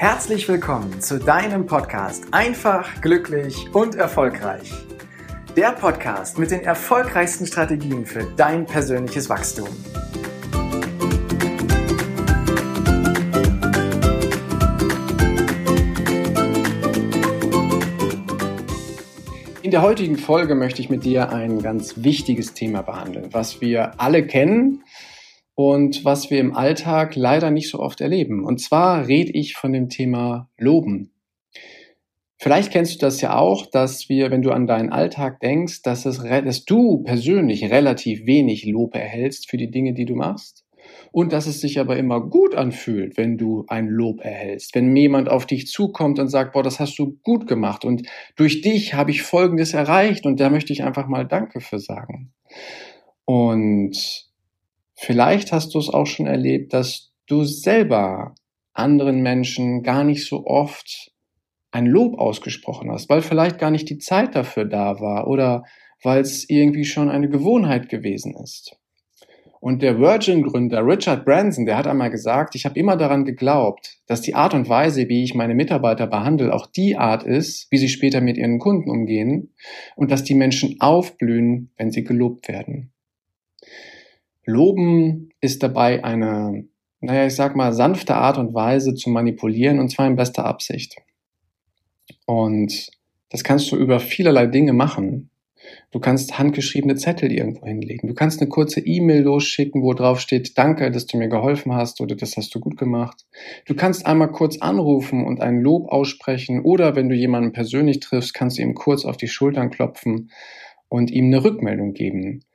Herzlich willkommen zu deinem Podcast Einfach, glücklich und erfolgreich. Der Podcast mit den erfolgreichsten Strategien für dein persönliches Wachstum. In der heutigen Folge möchte ich mit dir ein ganz wichtiges Thema behandeln, was wir alle kennen und was wir im Alltag leider nicht so oft erleben. Und zwar rede ich von dem Thema Loben. Vielleicht kennst du das ja auch, dass wenn du an deinen Alltag denkst, dass du persönlich relativ wenig Lob erhältst für die Dinge, die du machst. Und dass es sich aber immer gut anfühlt, wenn du ein Lob erhältst. Wenn jemand auf dich zukommt und sagt, boah, das hast du gut gemacht und durch dich habe ich Folgendes erreicht und da möchte ich einfach mal Danke für sagen. Und vielleicht hast du es auch schon erlebt, dass du selber anderen Menschen gar nicht so oft ein Lob ausgesprochen hast, weil vielleicht gar nicht die Zeit dafür da war oder weil es irgendwie schon eine Gewohnheit gewesen ist. Und der Virgin-Gründer Richard Branson, der hat einmal gesagt, ich habe immer daran geglaubt, dass die Art und Weise, wie ich meine Mitarbeiter behandle, auch die Art ist, wie sie später mit ihren Kunden umgehen und dass die Menschen aufblühen, wenn sie gelobt werden. Loben ist dabei eine, sanfte Art und Weise zu manipulieren und zwar in bester Absicht. Und das kannst du über vielerlei Dinge machen. Du kannst handgeschriebene Zettel irgendwo hinlegen. Du kannst eine kurze E-Mail losschicken, wo drauf steht, danke, dass du mir geholfen hast oder das hast du gut gemacht. Du kannst einmal kurz anrufen und ein Lob aussprechen oder wenn du jemanden persönlich triffst, kannst du ihm kurz auf die Schultern klopfen und ihm eine Rückmeldung geben.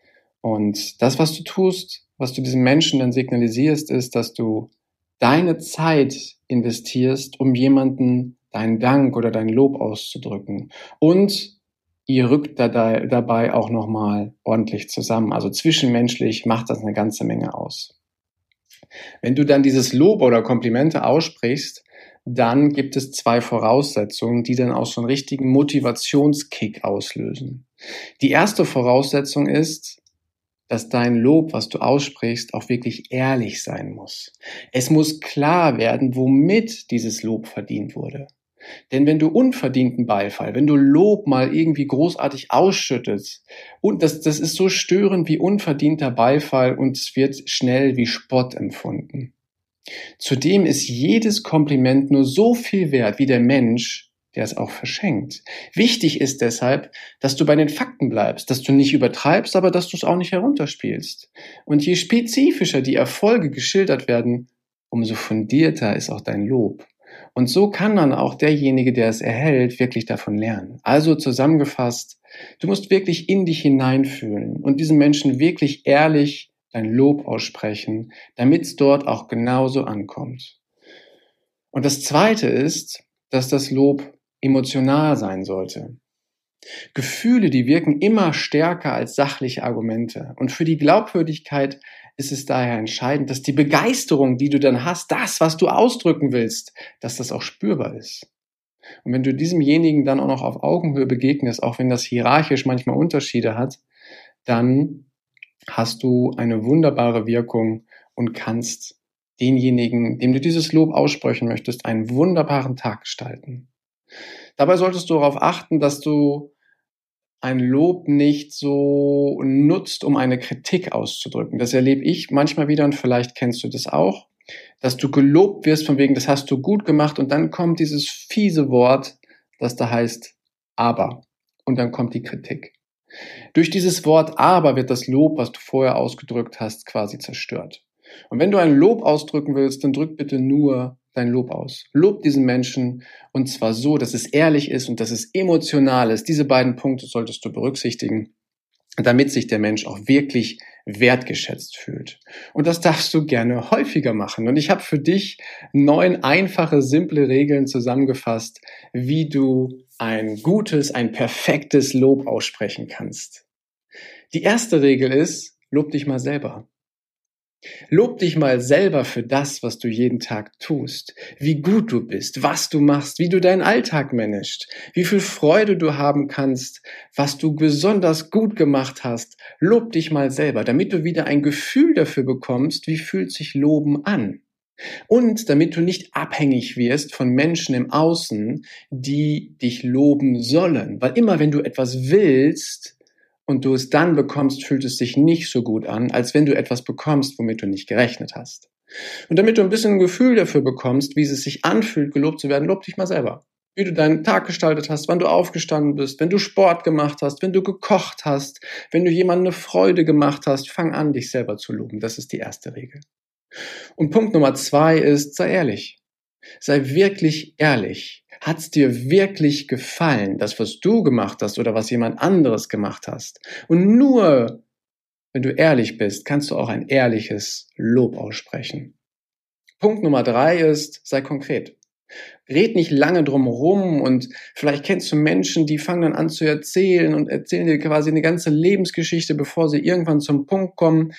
Und das, was du tust, was du diesem Menschen dann signalisierst, ist, dass du deine Zeit investierst, um jemanden deinen Dank oder dein Lob auszudrücken. Und ihr rückt dabei auch nochmal ordentlich zusammen. Also zwischenmenschlich macht das eine ganze Menge aus. Wenn du dann dieses Lob oder Komplimente aussprichst, dann gibt es 2 Voraussetzungen, die dann auch so einen richtigen Motivationskick auslösen. Die erste Voraussetzung ist, dass dein Lob, was du aussprichst, auch wirklich ehrlich sein muss. Es muss klar werden, womit dieses Lob verdient wurde. Denn wenn du unverdienten Beifall, wenn du Lob mal irgendwie großartig ausschüttest, und das ist so störend wie unverdienter Beifall und es wird schnell wie Spott empfunden. Zudem ist jedes Kompliment nur so viel wert wie der Mensch, der es auch verschenkt. Wichtig ist deshalb, dass du bei den Fakten bleibst, dass du nicht übertreibst, aber dass du es auch nicht herunterspielst. Und je spezifischer die Erfolge geschildert werden, umso fundierter ist auch dein Lob. Und so kann dann auch derjenige, der es erhält, wirklich davon lernen. Also zusammengefasst, du musst wirklich in dich hineinfühlen und diesen Menschen wirklich ehrlich dein Lob aussprechen, damit es dort auch genauso ankommt. Und das Zweite ist, dass das Lob emotional sein sollte. Gefühle, die wirken immer stärker als sachliche Argumente. Und für die Glaubwürdigkeit ist es daher entscheidend, dass die Begeisterung, die du dann hast, das, was du ausdrücken willst, dass das auch spürbar ist. Und wenn du diesemjenigen dann auch noch auf Augenhöhe begegnest, auch wenn das hierarchisch manchmal Unterschiede hat, dann hast du eine wunderbare Wirkung und kannst denjenigen, dem du dieses Lob aussprechen möchtest, einen wunderbaren Tag gestalten. Dabei solltest du darauf achten, dass du ein Lob nicht so nutzt, um eine Kritik auszudrücken. Das erlebe ich manchmal wieder und vielleicht kennst du das auch, dass du gelobt wirst von wegen, das hast du gut gemacht und dann kommt dieses fiese Wort, das da heißt aber und dann kommt die Kritik. Durch dieses Wort aber wird das Lob, was du vorher ausgedrückt hast, quasi zerstört. Und wenn du ein Lob ausdrücken willst, dann drück bitte nur dein Lob aus. Lob diesen Menschen und zwar so, dass es ehrlich ist und dass es emotional ist. Diese beiden Punkte solltest du berücksichtigen, damit sich der Mensch auch wirklich wertgeschätzt fühlt. Und das darfst du gerne häufiger machen. Und ich habe für dich 9 einfache, simple Regeln zusammengefasst, wie du ein gutes, ein perfektes Lob aussprechen kannst. Die erste Regel ist, lob dich mal selber. Lob dich mal selber für das, was du jeden Tag tust, wie gut du bist, was du machst, wie du deinen Alltag managst, wie viel Freude du haben kannst, was du besonders gut gemacht hast. Lob dich mal selber, damit du wieder ein Gefühl dafür bekommst, wie fühlt sich Loben an. Und damit du nicht abhängig wirst von Menschen im Außen, die dich loben sollen. Weil immer wenn du etwas willst und du es dann bekommst, fühlt es sich nicht so gut an, als wenn du etwas bekommst, womit du nicht gerechnet hast. Und damit du ein bisschen ein Gefühl dafür bekommst, wie es sich anfühlt, gelobt zu werden, lob dich mal selber. Wie du deinen Tag gestaltet hast, wann du aufgestanden bist, wenn du Sport gemacht hast, wenn du gekocht hast, wenn du jemandem eine Freude gemacht hast, fang an, dich selber zu loben. Das ist die erste Regel. Und Punkt Nummer 2 ist, sei ehrlich. Sei wirklich ehrlich. Hat's dir wirklich gefallen, das, was du gemacht hast oder was jemand anderes gemacht hast? Und nur, wenn du ehrlich bist, kannst du auch ein ehrliches Lob aussprechen. Punkt Nummer 3 ist, sei konkret. Red nicht lange drum rum und vielleicht kennst du Menschen, die fangen dann an zu erzählen und erzählen dir quasi eine ganze Lebensgeschichte, bevor sie irgendwann zum Punkt kommen.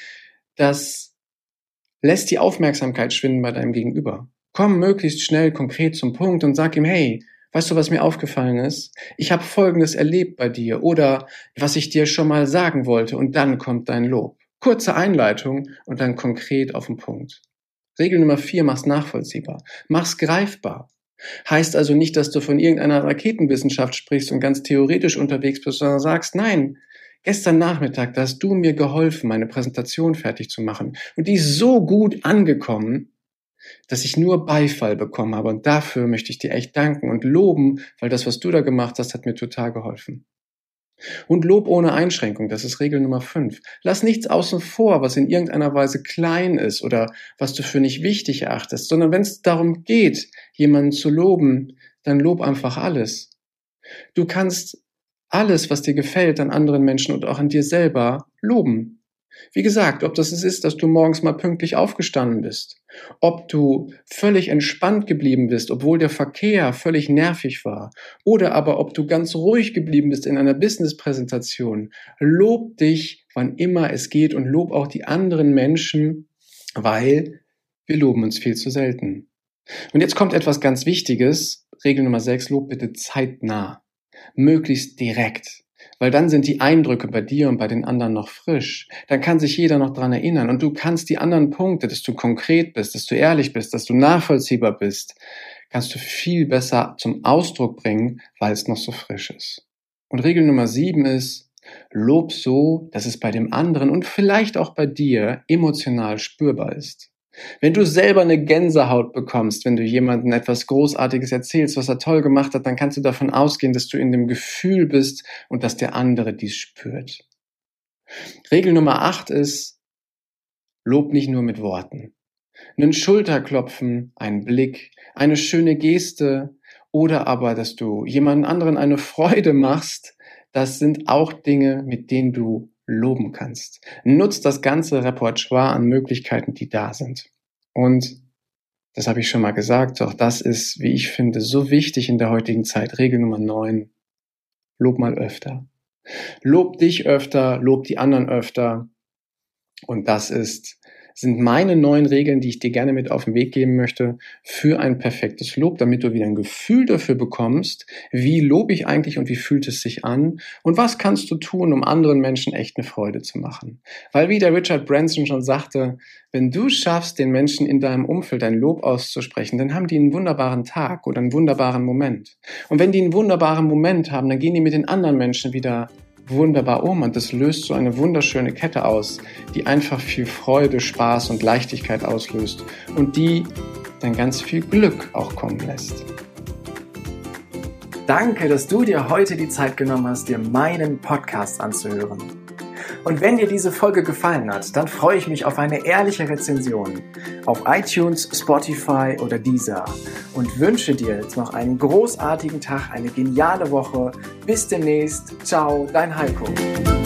Das lässt die Aufmerksamkeit schwinden bei deinem Gegenüber. Komm möglichst schnell konkret zum Punkt und sag ihm, hey, weißt du, was mir aufgefallen ist? Ich habe Folgendes erlebt bei dir oder was ich dir schon mal sagen wollte und dann kommt dein Lob. Kurze Einleitung und dann konkret auf den Punkt. Regel Nummer 4, mach's nachvollziehbar. Mach's greifbar. Heißt also nicht, dass du von irgendeiner Raketenwissenschaft sprichst und ganz theoretisch unterwegs bist, sondern sagst, nein, gestern Nachmittag, da hast du mir geholfen, meine Präsentation fertig zu machen. Und die ist so gut angekommen, dass ich nur Beifall bekommen habe. Und dafür möchte ich dir echt danken und loben, weil das, was du da gemacht hast, hat mir total geholfen. Und Lob ohne Einschränkung, das ist Regel Nummer 5. Lass nichts außen vor, was in irgendeiner Weise klein ist oder was du für nicht wichtig erachtest, sondern wenn es darum geht, jemanden zu loben, dann lob einfach alles. Du kannst alles, was dir gefällt an anderen Menschen und auch an dir selber, loben. Wie gesagt, ob das es ist, dass du morgens mal pünktlich aufgestanden bist, ob du völlig entspannt geblieben bist, obwohl der Verkehr völlig nervig war, oder aber ob du ganz ruhig geblieben bist in einer Business-Präsentation. Lob dich, wann immer es geht und lob auch die anderen Menschen, weil wir loben uns viel zu selten. Und jetzt kommt etwas ganz Wichtiges. Regel Nummer 6, lob bitte zeitnah, möglichst direkt. Weil dann sind die Eindrücke bei dir und bei den anderen noch frisch. Dann kann sich jeder noch dran erinnern und du kannst die anderen Punkte, dass du konkret bist, dass du ehrlich bist, dass du nachvollziehbar bist, kannst du viel besser zum Ausdruck bringen, weil es noch so frisch ist. Und Regel Nummer 7 ist, lob so, dass es bei dem anderen und vielleicht auch bei dir emotional spürbar ist. Wenn du selber eine Gänsehaut bekommst, wenn du jemandem etwas Großartiges erzählst, was er toll gemacht hat, dann kannst du davon ausgehen, dass du in dem Gefühl bist und dass der andere dies spürt. Regel Nummer 8 ist, lob nicht nur mit Worten. Einen Schulterklopfen, einen Blick, eine schöne Geste oder aber, dass du jemandem anderen eine Freude machst, das sind auch Dinge, mit denen du loben kannst. Nutz das ganze Repertoire an Möglichkeiten, die da sind. Und das habe ich schon mal gesagt, auch das ist, wie ich finde, so wichtig in der heutigen Zeit. Regel Nummer 9, lob mal öfter. Lob dich öfter, lob die anderen öfter. Und das sind meine 9 Regeln, die ich dir gerne mit auf den Weg geben möchte für ein perfektes Lob, damit du wieder ein Gefühl dafür bekommst, wie lobe ich eigentlich und wie fühlt es sich an und was kannst du tun, um anderen Menschen echt eine Freude zu machen. Weil wie der Richard Branson schon sagte, wenn du schaffst, den Menschen in deinem Umfeld ein Lob auszusprechen, dann haben die einen wunderbaren Tag oder einen wunderbaren Moment. Und wenn die einen wunderbaren Moment haben, dann gehen die mit den anderen Menschen wieder wunderbar um und das löst so eine wunderschöne Kette aus, die einfach viel Freude, Spaß und Leichtigkeit auslöst und die dann ganz viel Glück auch kommen lässt. Danke, dass du dir heute die Zeit genommen hast, dir meinen Podcast anzuhören. Und wenn dir diese Folge gefallen hat, dann freue ich mich auf eine ehrliche Rezension auf iTunes, Spotify oder Deezer und wünsche dir jetzt noch einen großartigen Tag, eine geniale Woche. Bis demnächst. Ciao, dein Heiko.